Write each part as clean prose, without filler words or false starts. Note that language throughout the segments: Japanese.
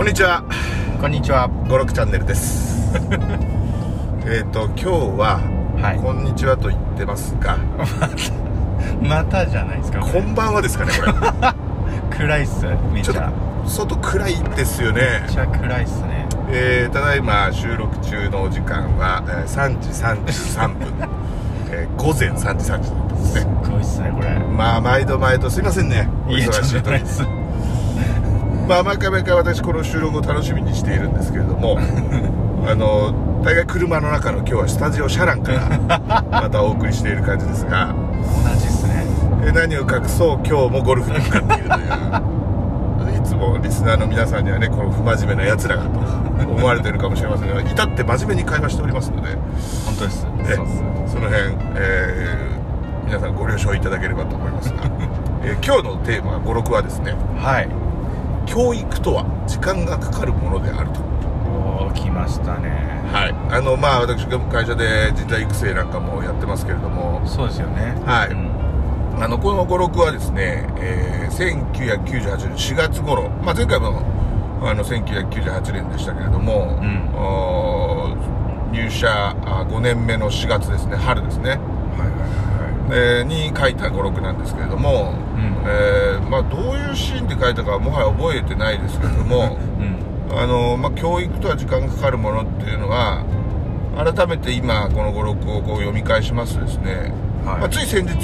んにちは。 こんにちは。 語録チャンネルです。今日は、こんにちはと言ってますが、 またじゃないですか。 こんばんはですかね、これ。 暗いっす、めっちゃ。 ちょっと外暗いですよね。 めっちゃ暗いっすね。 ただいま収録中のお時間は3時33分。午前3時30分ですね。 すごいっすね、これ。 まあ毎度すいませんね、お忙しい時に。まあ毎回私この収録を楽しみにしているんですけれども大概車の中の今日はスタジオシャランからまたお送りしている感じですが、 同じっすね。 何を隠そう今日もゴルフに向かっているといういつもリスナーの皆さんにはね、この不真面目なやつらがと思われているかもしれませんが、至って真面目に会話しておりますので、 本当です。 その辺、皆さんご了承いただければと思いますが、今日のテーマ語録はですね、 はい、 教育とは時間がかかるものであると。 おー、来ましたね。 はい、まあ私が会社で人材育成なんかもやってますけれども、 そうですよね。 はい、この語録はですね、1998年4月頃、まあ、前回も1998年でしたけれども、入社5年目の4月ですね、春ですね、に書いた語録なんですけれども、まあ、どういうシーンで書いたかはもはや覚えてないですけれども、まあ、教育とは時間がかかるものっていうのは改めて今この語録をこう読み返しますとですね、まあ、つい先日、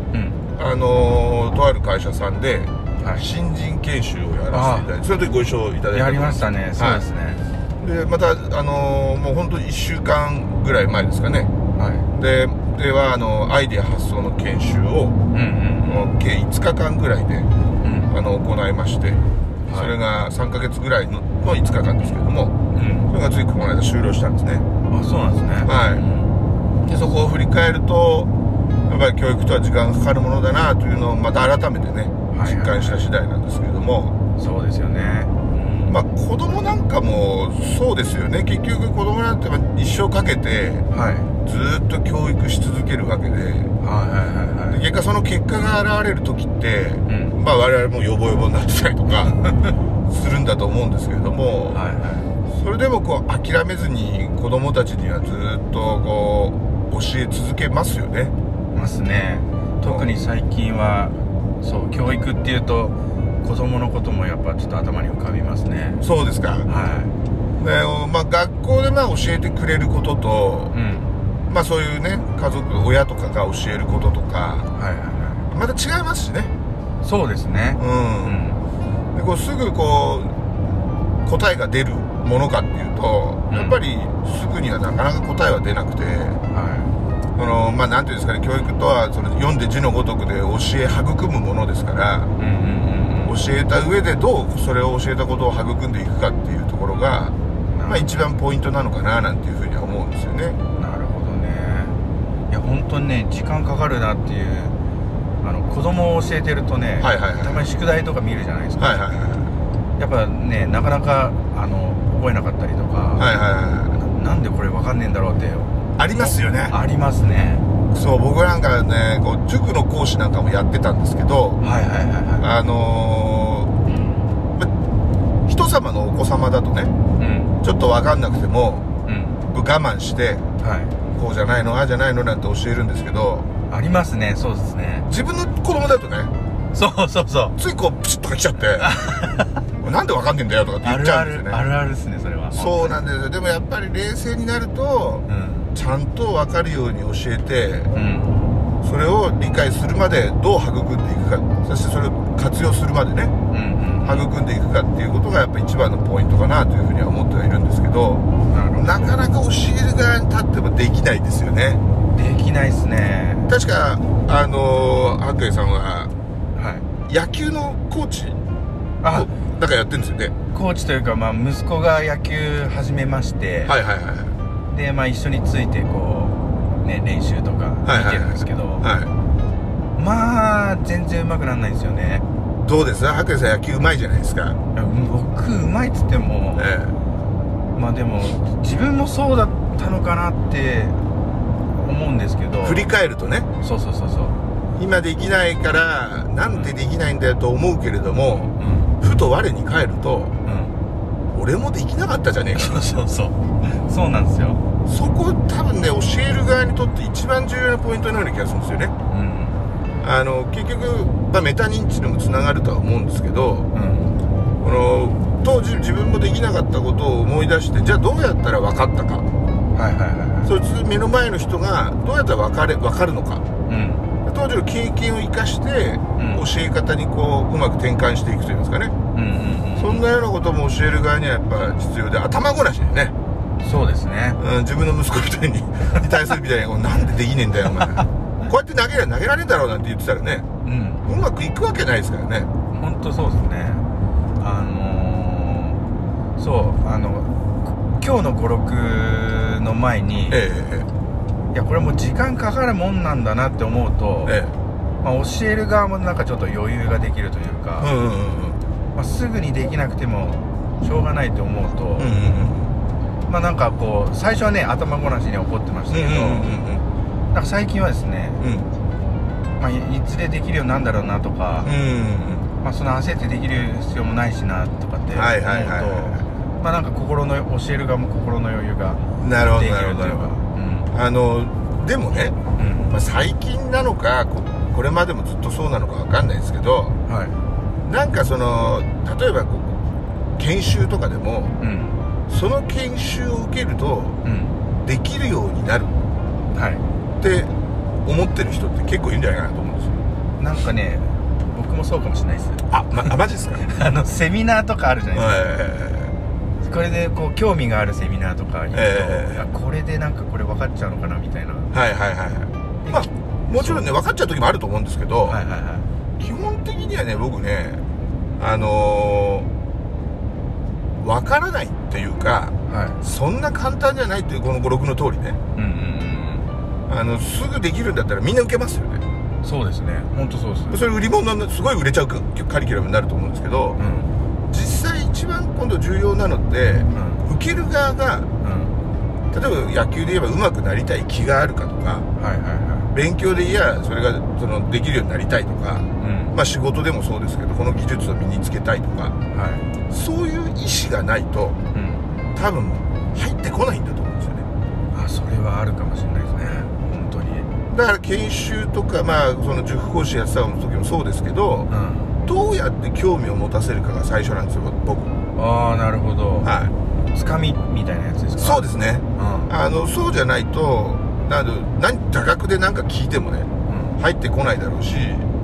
とある会社さんで新人研修をやらせていただいて、その時ご一緒いただいてやりましたね。そうですね。 でまたもう本当に1週間ぐらい前ですかね、ではアイデア発想の研修を、計5日間ぐらいで、行いまして、それが3ヶ月ぐらいの5日間ですけれども、それがついこの間終了したんですね。 あ、そうなんですね。 でそこを振り返ると、やっぱり教育とは時間がかかるものだなというのをまた改めてね、実感した次第なんですけれども、 そうですよね。 まあ子供なんかもそうですよね。結局子供なんて一生かけてずっと教育し続けるわけで、結果その結果が現れる時って、まあ我々もヨボヨボになってたりとかするんだと思うんですけれども、それでもこう諦めずに子供たちにはずっとこう教え続けますよね。 ますね。特に最近はそう教育っていうと子供のこともやっぱちょっと頭に浮かびますね。そうですか。で、まあ学校でまあ教えてくれることと、まあそういうね家族親とかが教えることとか、また違いますしね。そうですね。でこうすぐこう答えが出るものかっていうと、やっぱりすぐにはなかなか答えは出なくて、まあなんていうんですかね、教育とはその読んで字のごとくで教え育むものですから、教えた上でどうそれを教えたことを育んでいくかっていうところが、まあ一番ポイントなのかななんていうふうには思うんですよね。なるほどね。いや本当にね、時間かかるなっていう、子供を教えてるとね、たまに宿題とか見るじゃないですか。やっぱね、なかなか覚えなかったりとか、なんでこれ分かんねえんだろうってありますよね。 ありますね。 そう、僕なんかね、こう塾の講師なんかもやってたんですけど、人様のお子様だとね、ちょっと分かんなくても、我慢して、こうじゃないのああじゃないのなんて教えるんですけど、ありますね。そうですね。自分の子供だとね、ついこうプチッとか来ちゃってなんで分かんねえんだよとかって言っちゃうんですよね。あるあるですね、それは。そうなんですよ。でもやっぱり冷静になると、ちゃんと分かるように教えて、それを理解するまでどう育んでいくか、そしてそれを活用するまでね、育んでいくかっていうことがやっぱ一番のポイントかなというふうには思ってはいるんですけど、なかなか教える側に立ってもできないですよね。できないですね。確か白衣さんは、野球のコーチなんかやってるんですよね。コーチというか、まあ息子が野球始めまして、でまあ一緒についてこうね練習とか見てるんですけど、まあ全然上手くならないんですよね。どうです？白衣さん野球上手いじゃないですか。僕上手いっつっても、まあでも自分もそうだったのかなって思うんですけど、振り返るとね、今できないからなんでできないんだよと思うけれども、ふと我に返ると、 俺もできなかったじゃねえか。 そうなんですよ。 そこ多分ね、教える側にとって一番重要なポイントのような気がするんですよね。結局、メタ認知にもつながるとは思うんですけど、この当時自分もできなかったことを思い出して、じゃあどうやったら分かったか、そいつ目の前の人がどうやったら分かるのか、当時の経験を生かして、教え方にこううまく転換していくというんですかね、そんなようなことも教える側にはやっぱ必要で、頭ごなしでね。 そうですね、 自分の息子みたいに対するみたいになんでできねえんだよお前こうやって投げられねえだろうなんて言ってたらね、うまくいくわけないですからね。 本当そうですね。今日の語録の前に、いやこれもう時間かかるもんなんだなって思うと、教える側もなんかちょっと余裕ができるというか、すぐにできなくてもしょうがないと思うと、なんかこう最初はね頭ごなしに怒ってましたけど、なんか最近はですね、いずれできるようになんだろうなとか、その焦ってできる必要もないしなとかって思うと、なんか教える側も心の余裕ができるというか。 でもね、最近なのかこれまでもずっとそうなのかわかんないですけど、なんかその例えば研修とかでも、その研修を受けると、できるようになるって思ってる人って結構いるんじゃないかなと思うんですよ。 なんかね、僕もそうかもしれないです。 マジですか？ セミナーとかあるじゃないですか。これでこう興味があるセミナーとか言うと、これでなんかこれ分かっちゃうのかなみたいな。 もちろんね分かっちゃう時もあると思うんですけど、基本的にはね、僕ね分からないっていうか、そんな簡単じゃないっていうこの語録の通りね、すぐできるんだったらみんな受けますよね。 そうですね、本当そうです。 それ売り物のすごい売れちゃうカリキュラムになると思うんですけど、実際一番今度重要なのって、受ける側が、例えば野球で言えば上手くなりたい気があるかとか、勉強で言えばそれができるようになりたいとか、仕事でもそうですけどこの技術を身につけたいとか、そういう意思がないと、多分入ってこないんだと思うんですよね。 それはあるかもしれないですね、本当に。 だから研修とか、その塾講師やってた時もそうですけど、どうやって興味を持たせるかが最初なんですよ、僕。 なるほど。つかみみたいなやつですか？ そうですね。そうじゃないと多額で何か聞いてもね、入ってこないだろうし、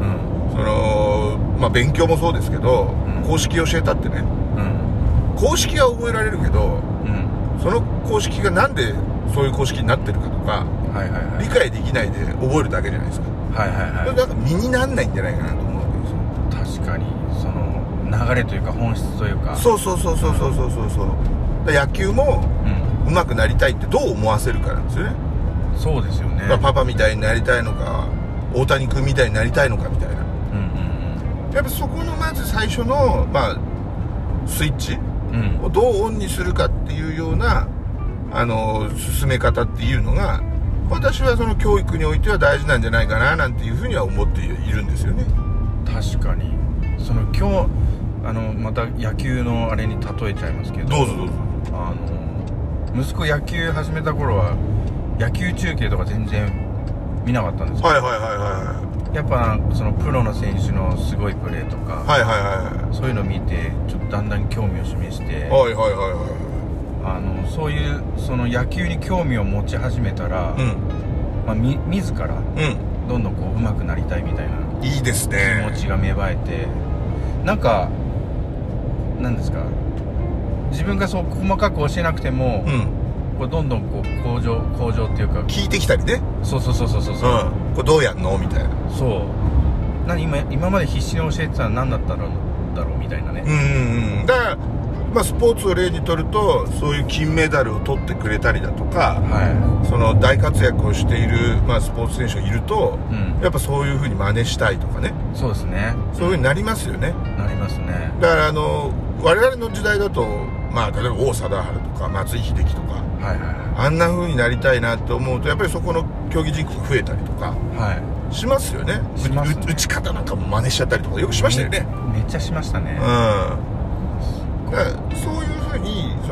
勉強もそうですけど、公式教えたってね、公式は覚えられるけど、その公式がなんでそういう公式になってるかとか、理解できないで覚えるだけじゃないですか。それなんか身にならないんじゃないかなと思うわけですよ。 確かにその流れというか本質というか。 そう野球も上手くなりたいってどう思わせるかなんですよね。 そうですよね。 パパみたいになりたいのか、大谷君みたいになりたいのかみたいな、やっぱそこのまず最初の、スイッチをどうオンにするかっていうような進め方っていうのが、私はその教育においては大事なんじゃないかななんていうふうには思っているんですよね。 確かに。今日また野球のあれに例えちゃいますけど、 どうぞ。 息子野球始めた頃は野球中継とか全然見なかったんですよ。やっぱそのプロの選手のすごいプレーとか、そういうのを見てちょっとだんだん興味を示して、そういうその野球に興味を持ち始めたら、自らどんどんこう上手くなりたいみたいな、 いいですね、 気持ちが芽生えて、なんかなんですか、自分がそう細かく教えなくても、こうどんどんこう向上っていうか聞いてきたりね。 そう、 これどうやんのみたいな。 今まで必死に教えてたら何だったんだろうみたいなね。 だからスポーツを例にとると、そういう金メダルを取ってくれたりだとか、その大活躍をしている、スポーツ選手がいると、やっぱそういう風に真似したいとかね。そうですね。そういう風になりますよね。なりますね。だから我々の時代だと、例えば王貞治とか松井秀喜とか、あんな風になりたいなって思うと、やっぱりそこの競技人口が増えたりとかしますよね。打ち方なんかも真似しちゃったりとかよくしましたよね。めっちゃしましたね。だからそういう風に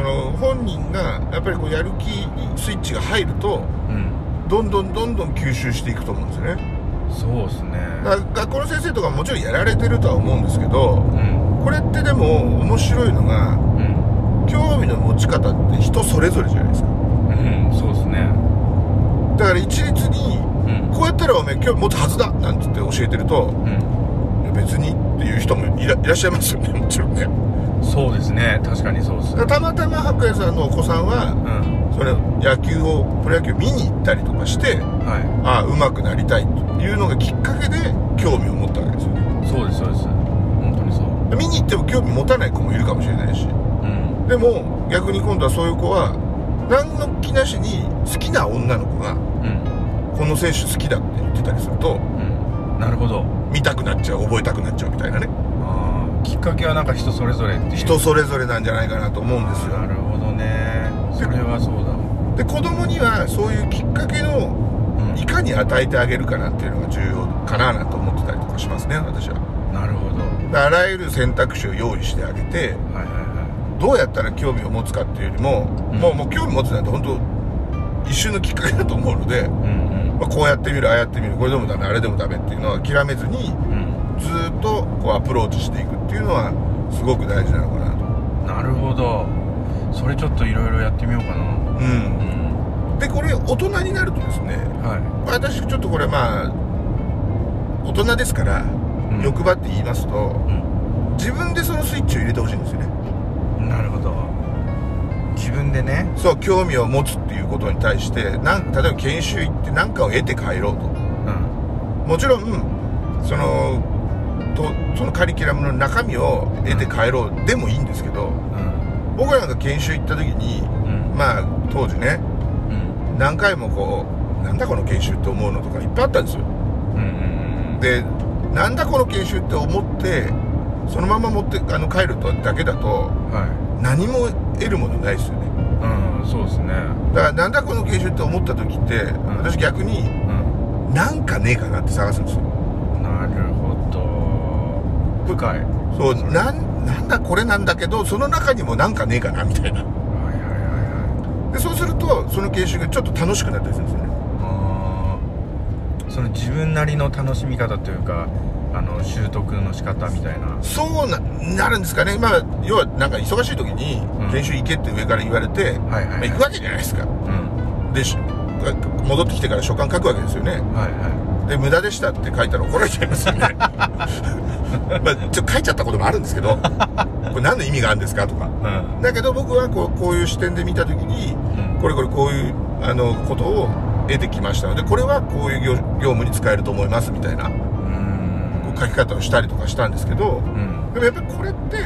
本人がやっぱりこうやる気スイッチが入ると、どんどん吸収していくと思うんですよね。 そうですね。 学校の先生とかももちろんやられてるとは思うんですけど、これってでも面白いのが、興味の持ち方って人それぞれじゃないですか。 そうですね。 だから一律に、こうやったらお前興味持つはずだなんて言って教えてると、別にっていう人もいらっしゃいますよね、もちろんね。 そうですね、確かにそうです。 たまたま白夜さんのお子さんは、それプロ野球見に行ったりとかして、上手くなりたいというのがきっかけで興味を持ったわけですよね。 そうですそうです、本当にそう。 見に行っても興味持たない子もいるかもしれないし、でも逆に今度はそういう子は何の気なしに好きな女の子が、この選手好きだって言ってたりすると、 なるほど、 見たくなっちゃう、覚えたくなっちゃうみたいなね。 きっかけはなんか人それぞれっていう、 人それぞれなんじゃないかなと思うんですよ。 なるほどね、それはそうだ。 で子供にはそういうきっかけの、いかに与えてあげるかなっていうのが重要かななんて思ってたりとかしますね、私は。 なるほど。 あらゆる選択肢を用意してあげて、どうやったら興味を持つかっていうよりも、もう興味持つなんて本当一瞬のきっかけだと思うので、こうやってみる、ああやってみる、これでもダメ、あれでもダメっていうのは諦めずに、ずっとこうアプローチしていくっていうのはすごく大事なのかなと。 なるほど、それちょっといろいろやってみようかな。 でこれ大人になるとですね、私ちょっとこれ大人ですから、欲張って言いますと、自分でそのスイッチを入れてほしいんですよね。 なるほど、自分でね。 そう、興味を持つっていうことに対して例えば研修行って何かを得て帰ろうと、もちろんそのカリキュラムの中身を得て帰ろうでもいいんですけど、僕らなんか研修行った時に、当時ね、何回もこうなんだこの研修って思うのとかいっぱいあったんですよ。でなんだこの研修って思ってそのまま持って帰るだけだと、何も得るものないですよね。 そうですね。 だからなんだこの研修って思った時って、私逆に、なんかねえかなって探すんですよ。 なるほど、深い。 そう、なんだこれなんだけど、その中にもなんかねえかなみたいな。でそうするとその研修がちょっと楽しくなったりするんですよね。 その自分なりの楽しみ方というか、習得の仕方みたいな。 そうなるんですかね。要はなんか忙しい時に研修行けって上から言われて、行くわけじゃないですか。で戻ってきてから書簡書くわけですよね。で無駄でしたって書いたら怒られちゃいますよね。ちょっと書いちゃったこともあるんですけど、これ何の意味があるんですかとか、だけど僕はこういう視点で見た時に、こういうことを得てきましたので、これはこういう業務に使えると思いますみたいな書き方をしたりとかしたんですけど、でもやっぱりこれって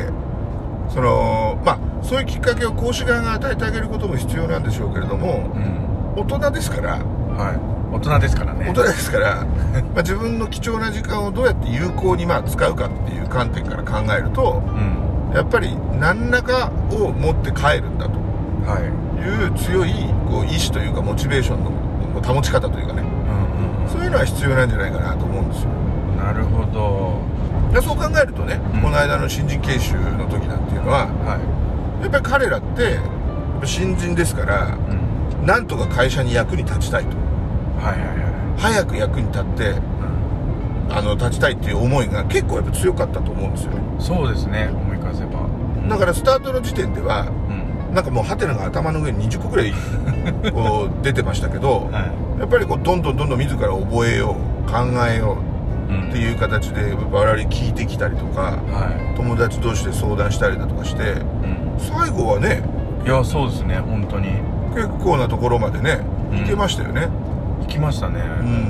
そういうきっかけを講師側が与えてあげることも必要なんでしょうけれども、大人ですから、 大人ですからね。 大人ですから自分の貴重な時間をどうやって有効に使うかっていう観点から考えると、やっぱり何らかを持って帰るんだという強い意志というかモチベーションの保ち方というかね、そういうのは必要なんじゃないかなと思うんですよ。 なるほど。 そう考えるとね、この間の新人研修の時なんていうのは、やっぱり彼らって新人ですから、なんとか会社に役に立ちたいと、早く役に立って、立ちたいっていう思いが結構やっぱ強かったと思うんですよね。 そうですね、思い返せば。 だからスタートの時点では、なんかもうハテナが頭の上に20個ぐらい出てましたけど、やっぱりどんどん自ら覚えよう、考えようっていう形で我々聞いてきたりとか、友達同士で相談したりだとかして、最後はね、 いやそうですね、本当に結構なところまでね、行けましたよね。 行きましたね。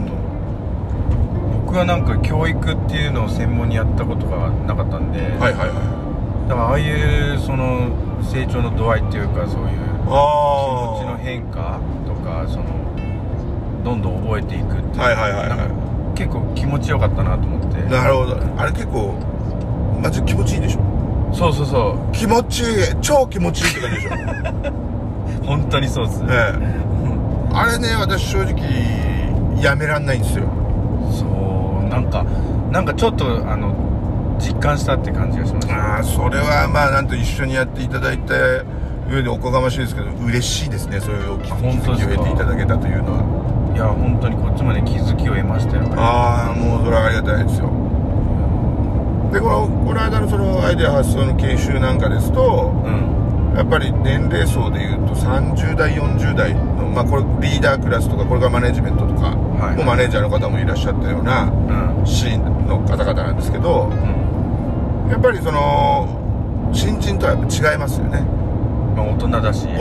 僕はなんか教育っていうのを専門にやったことがなかったんで、だからああいうその成長の度合いっていうか、そういう気持ちの変化とか、どんどん覚えていくっていう、結構気持ちよかったなと思って。 なるほど。あれ結構まず気持ちいいでしょ。 そう気持ちいい、超気持ちいいって感じでしょ。 本当にそうですね。 あれね、私正直やめらんないんですよ。 なんかちょっと実感したって感じがしました。 それはなんと一緒にやっていただいて上でおこがましいですけど嬉しいですね。そういう気づきを得ていただけたというのは。 いや本当にこっちまで気づきを得ましたよ。 ああもうそれはありがたいですよ。でこの間のそのアイデア発想の研修なんかですと、やっぱり年齢層でいうと30代40代の、これリーダークラスとかこれがマネジメントとか、もうマネージャーの方もいらっしゃったようなシーンの方々なんですけど、やっぱりその新人とはやっぱ違いますよね。 大人だし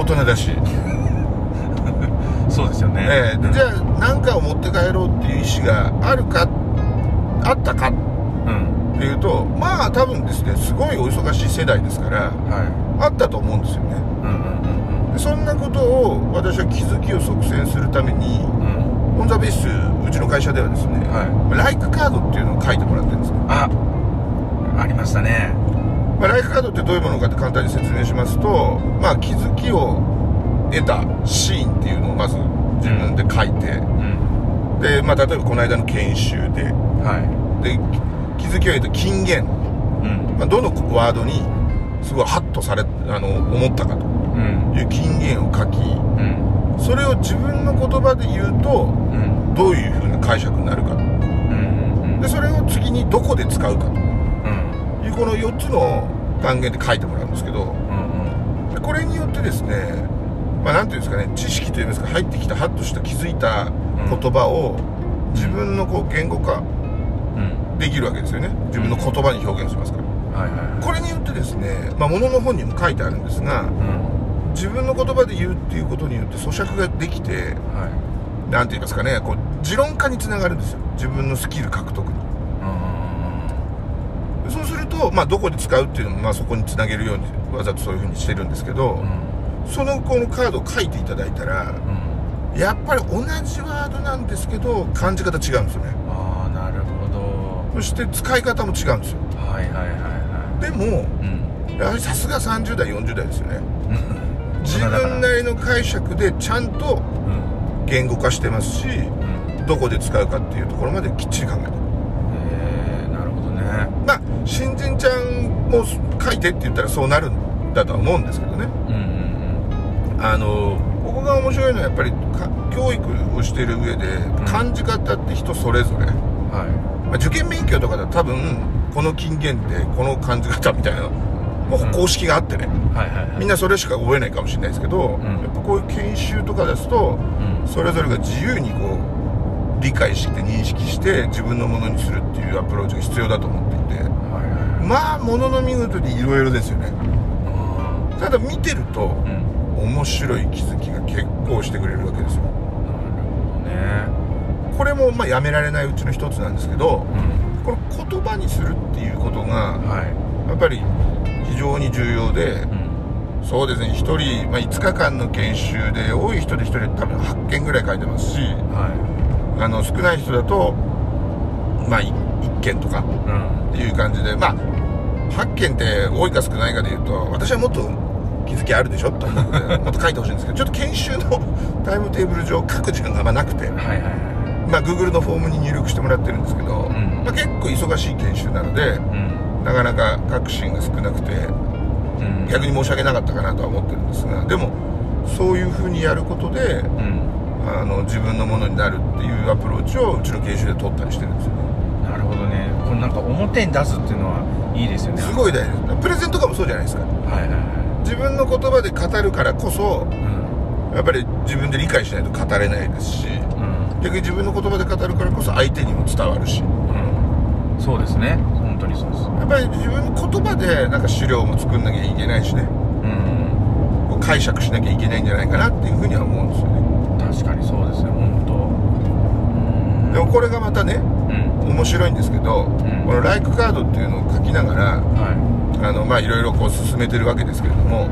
そうですよね、 じゃあ何かを持って帰ろうっていう意思があったかっていうと、多分ですねすごいお忙しい世代ですから、あったと思うんですよね。でそんなことを私は気づきを促成するために、オンザベースうちの会社ではですね、ライクカードっていうのを書いてもらってるんですね。 ありましたね。 ライフカードってどういうものかって簡単に説明しますと、気づきを得たシーンっていうのをまず自分で書いて、で、例えばこの間の研修で、で気づきを得た金言、どのワードにすごいハッと思ったかという金言を書き、それを自分の言葉で言うと、どういうふうな解釈になるかと、でそれを次にどこで使うかというこの4つの単元で書いてもらうんですけど、でこれによってですね、なんていうんですかね、知識といいますか入ってきたハッとした気づいた言葉を自分の言語化できるわけですよね。自分の言葉に表現しますから、これによってですね、ものの本にも書いてあるんですが、自分の言葉で言うっていうことによって咀嚼ができて、なんて言いますかね、持論化につながるんですよ、自分のスキル獲得に。そうすると、どこで使うっていうのも、そこにつなげるようにわざとそういうふうにしてるんですけど、このカードを書いていただいたら、やっぱり同じワードなんですけど感じ方違うんですよね。 なるほど。 そして使い方も違うんですよ。でも、やはりさすが30代40代ですよね。自分なりの解釈でちゃんと言語化してますし、どこで使うかっていうところまできっちり考えてる。 なるほどね。 新人ちゃんも書いてって言ったらそうなるんだとは思うんですけどね。ここが面白いのはやっぱり教育をしている上で感じ方って人それぞれ、受験勉強とかだと多分この金言でこの感じ方みたいなもう公式があってね、みんなそれしか覚えないかもしれないですけど、やっぱこういう研修とかですと、それぞれが自由に理解して認識して自分のものにするっていうアプローチが必要だと思っていて、ものの見事にいろいろですよね。ただ見てると、面白い気づきが結構してくれるわけですよ。これもやめられないうちの一つなんですけど、これ言葉にするっていうことがやっぱり非常に重要で、そうですね、1人、5日間の研修で多い人で1人多分8件ぐらい書いてますし、少ない人だと1件とかっていう感じで、8件って多いか少ないかでいうと、私はもっと気づきあるでしょと思うのでもっと書いてほしいんですけど、ちょっと研修のタイムテーブル上書く時間がなくて、Google のフォームに入力してもらってるんですけど、結構忙しい研修なので、なかなか書くシーンが少なくて、逆に申し訳なかったかなとは思ってるんですが、でもそういう風にやることで、自分のものになるっていうアプローチをうちの研修で取ったりしてるんですよね。 なるほどね。これなんか表に出すっていうのはいいですよね。 すごい大事です。プレゼントとかもそうじゃないですか。自分の言葉で語るからこそ、やっぱり自分で理解しないと語れないですし、逆に自分の言葉で語るからこそ相手にも伝わるし、 そうですね、本当にそうです。 やっぱり自分の言葉で資料も作んなきゃいけないしね、解釈しなきゃいけないんじゃないかなっていうふうには思うんですよね。 確かにそうですね、本当。 でもこれがまたね、面白いんですけど、このライクカードっていうのを書きながら、いろいろ進めてるわけですけれども、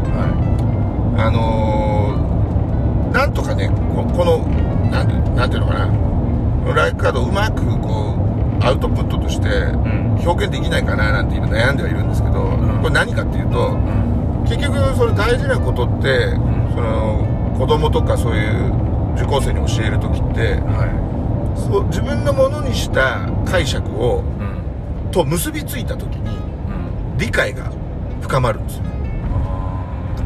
なんとかね、このなんていうのかな、ライクカードをうまくアウトプットとして表現できないかななんて今悩んではいるんですけど、これ何かっていうと、結局それ大事なことって、その子供とかそういう受講生に教える時って、そう自分のものにした解釈を、と結びついた時に、理解が深まるんですよ。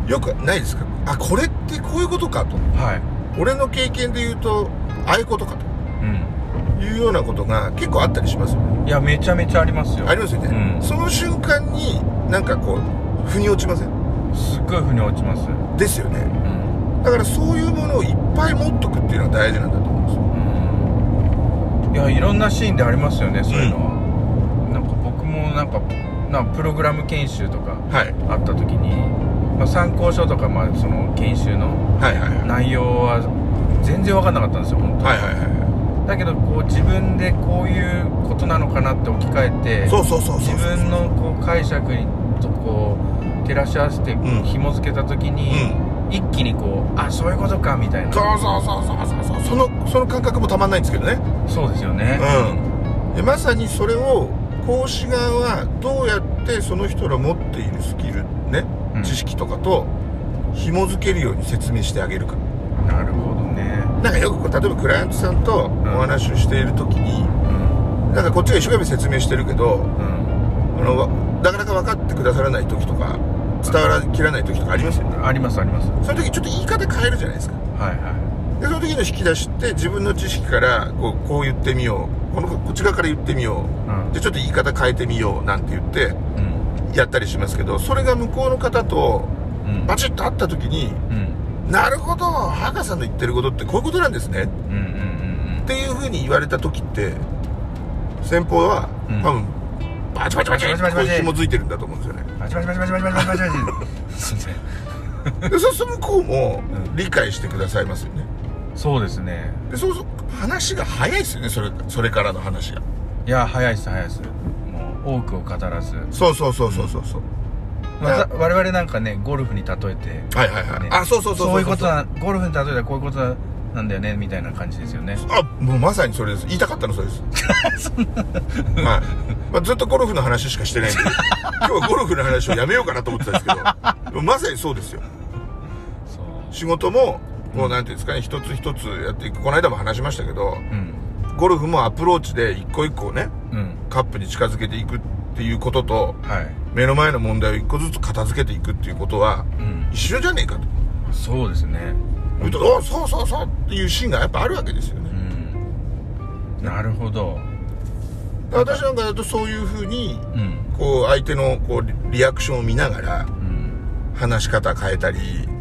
よくないですか？あ、これってこういうことかと、俺の経験で言うとああいうことかと、いうようなことが結構あったりしますよね。 いや、めちゃめちゃありますよ。 ありますよね、その瞬間になんかこう腑に落ちません？ すっごい腑に落ちます。 ですよね、だからそういうものをいっぱい持っとくっていうのが大事なんだと思うんですよ。 いや、いろんなシーンでありますよね、そういうのは。なんか僕もなんかプログラム研修とかあった時に、参考書とか、その研修の内容は全然分かんなかったんですよ、本当に。だけどこう自分でこういうことなのかなって置き換えて、自分のこう解釈にとこう照らし合わせて紐付けた時に、一気にこう、あ、そういうことかみたいな。 その感覚もたまんないんですけどね。 そうですよね。 でまさにそれを講師側はどうやってその人の持っているスキルね、知識とかと紐付けるように説明してあげるか。 なるほどね。 なんかよく例えばクライアントさんとお話をしている時に、なんかこっちが一生懸命説明してるけど、なかなか分かってくださらない時とか伝わりきらない時とかありますよね。 ありますあります。 その時ちょっと言い方変えるじゃないですか。でその時の引き出しって自分の知識からこう言ってみよう、こっち側から言ってみよう、でちょっと言い方変えてみようなんて言ってやったりしますけど、それが向こうの方とバチッと会った時に、なるほど、博士さんの言ってることってこういうことなんですねっていうふうに言われた時って、先方は多分バチバチバチバチバチ紐づいてるんだと思うんですよね。バチバチバチバチバチバチバチバチでそうすると向こうも理解してくださいますよね。 そうですね。 でそう話が早いですよね。それからの話が。 いや、早いです早いです。もう多くを語らず。 そう我々なんかね、ゴルフに例えて、 あ、そういうことな、ゴルフに例えたらこういうことなんだよねみたいな感じですよね。 あ、もうまさにそれです。言いたかったのそれですまあずっとゴルフの話しかしてないんで今日はゴルフの話をやめようかなと思ってたんですけどまさにそうですよ。仕事ももうなんていうんですかね、一つ一つやっていく。この間も話しましたけど、ゴルフもアプローチで一個一個ね、カップに近づけていくっていうことと、目の前の問題を一個ずつ片付けていくっていうことは一緒じゃねえかと。 そうですね。 そうっていうシーンがやっぱあるわけですよね。 なるほど。 私なんかだとそういうふうに、こう相手のこうリアクションを見ながら、話し方変えたり、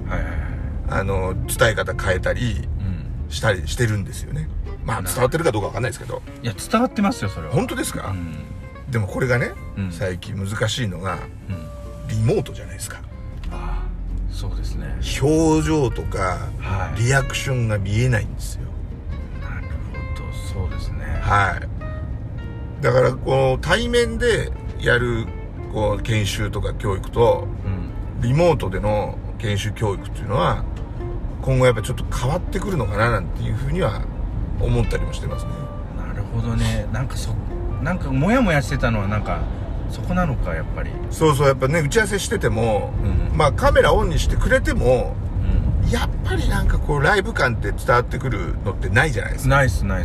伝え方変えたりしたりしてるんですよね。まあ伝わってるかどうかわかんないですけど。 いや、伝わってますよそれは。 本当ですか？でもこれがね、最近難しいのが、リモートじゃないですか。 そうですね。 表情とか、リアクションが見えないんですよ。 なるほど、そうですね。 だからこう対面でやるこう研修とか教育と、リモートでの研修教育っていうのは今後やっぱちょっと変わってくるのかななんていうふうには思ったりもしてますね。 なるほどね。なんかモヤモヤしてたのはなんかそこなのか、やっぱり。 そうやっぱね、打ち合わせしてても、まあカメラオンにしてくれても、やっぱりなんかこうライブ感って伝わってくるのってないじゃないですか。 ナイス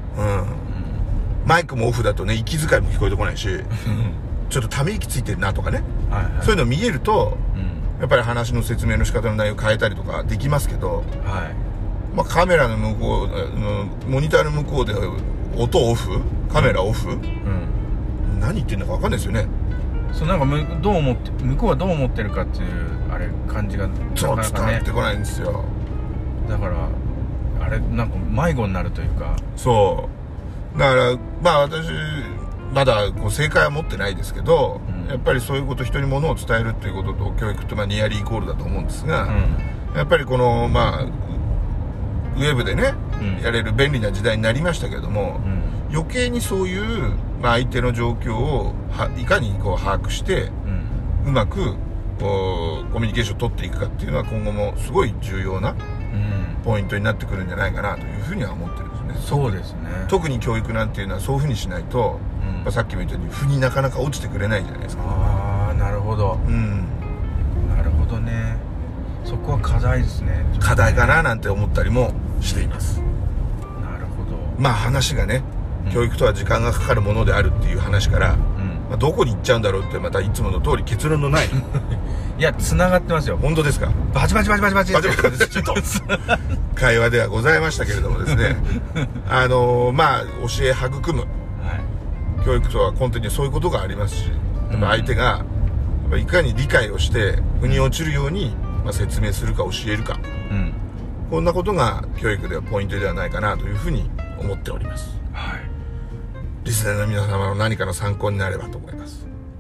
マイクもオフだとね、息遣いも聞こえてこないしちょっとため息ついてるなとかね、そういうの見えると、やっぱり話の説明の仕方の内容変えたりとかできますけど、まあカメラの向こう、モニターの向こうで音オフ、カメラオフ、何言ってんのか分かんないですよね。 そう、なんか向こうはどう思ってるかっていう感じが伝わってこないんですよ。 だからなんか迷子になるというか。 そうだからまあ私まだこう正解は持ってないですけど、やっぱりそういうこと、人にものを伝えるっていうことと教育ってニアリーイコールだと思うんですが、やっぱりこのまあウェブでね、やれる便利な時代になりましたけれども、余計にそういう、まあ、相手の状況をいかにこう把握して、うまくこうコミュニケーションを取っていくかっていうのは今後もすごい重要なポイントになってくるんじゃないかなというふうには思ってるんですね。 そうですね。 特に教育なんていうのはそういうふうにしないと、さっきも言ったように負になかなか落ちてくれないじゃないですか。 なるほど。なるほどね。そこは課題ですね。 課題かななんて思ったりもしています。 なるほど。 まあ話がね、教育とは時間がかかるものであるっていう話から、 どこに行っちゃうんだろうって、またいつもの通り結論のないいや、繋がってますよ。 本当ですか？ バチバチバチバチバチバチちょっと会話ではございましたけれどもですねまあ教え育む、教育とは本当にそういうことがありますし、やっぱ相手がいかに理解をして腑に落ちるように、説明するか教えるか、こんなことが教育ではポイントではないかなというふうに思っております。リスナーの皆様の何かの参考になればと思います。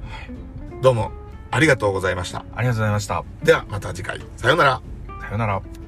どうもありがとうございました。 ありがとうございました。 ではまた次回、さようなら。 さようなら。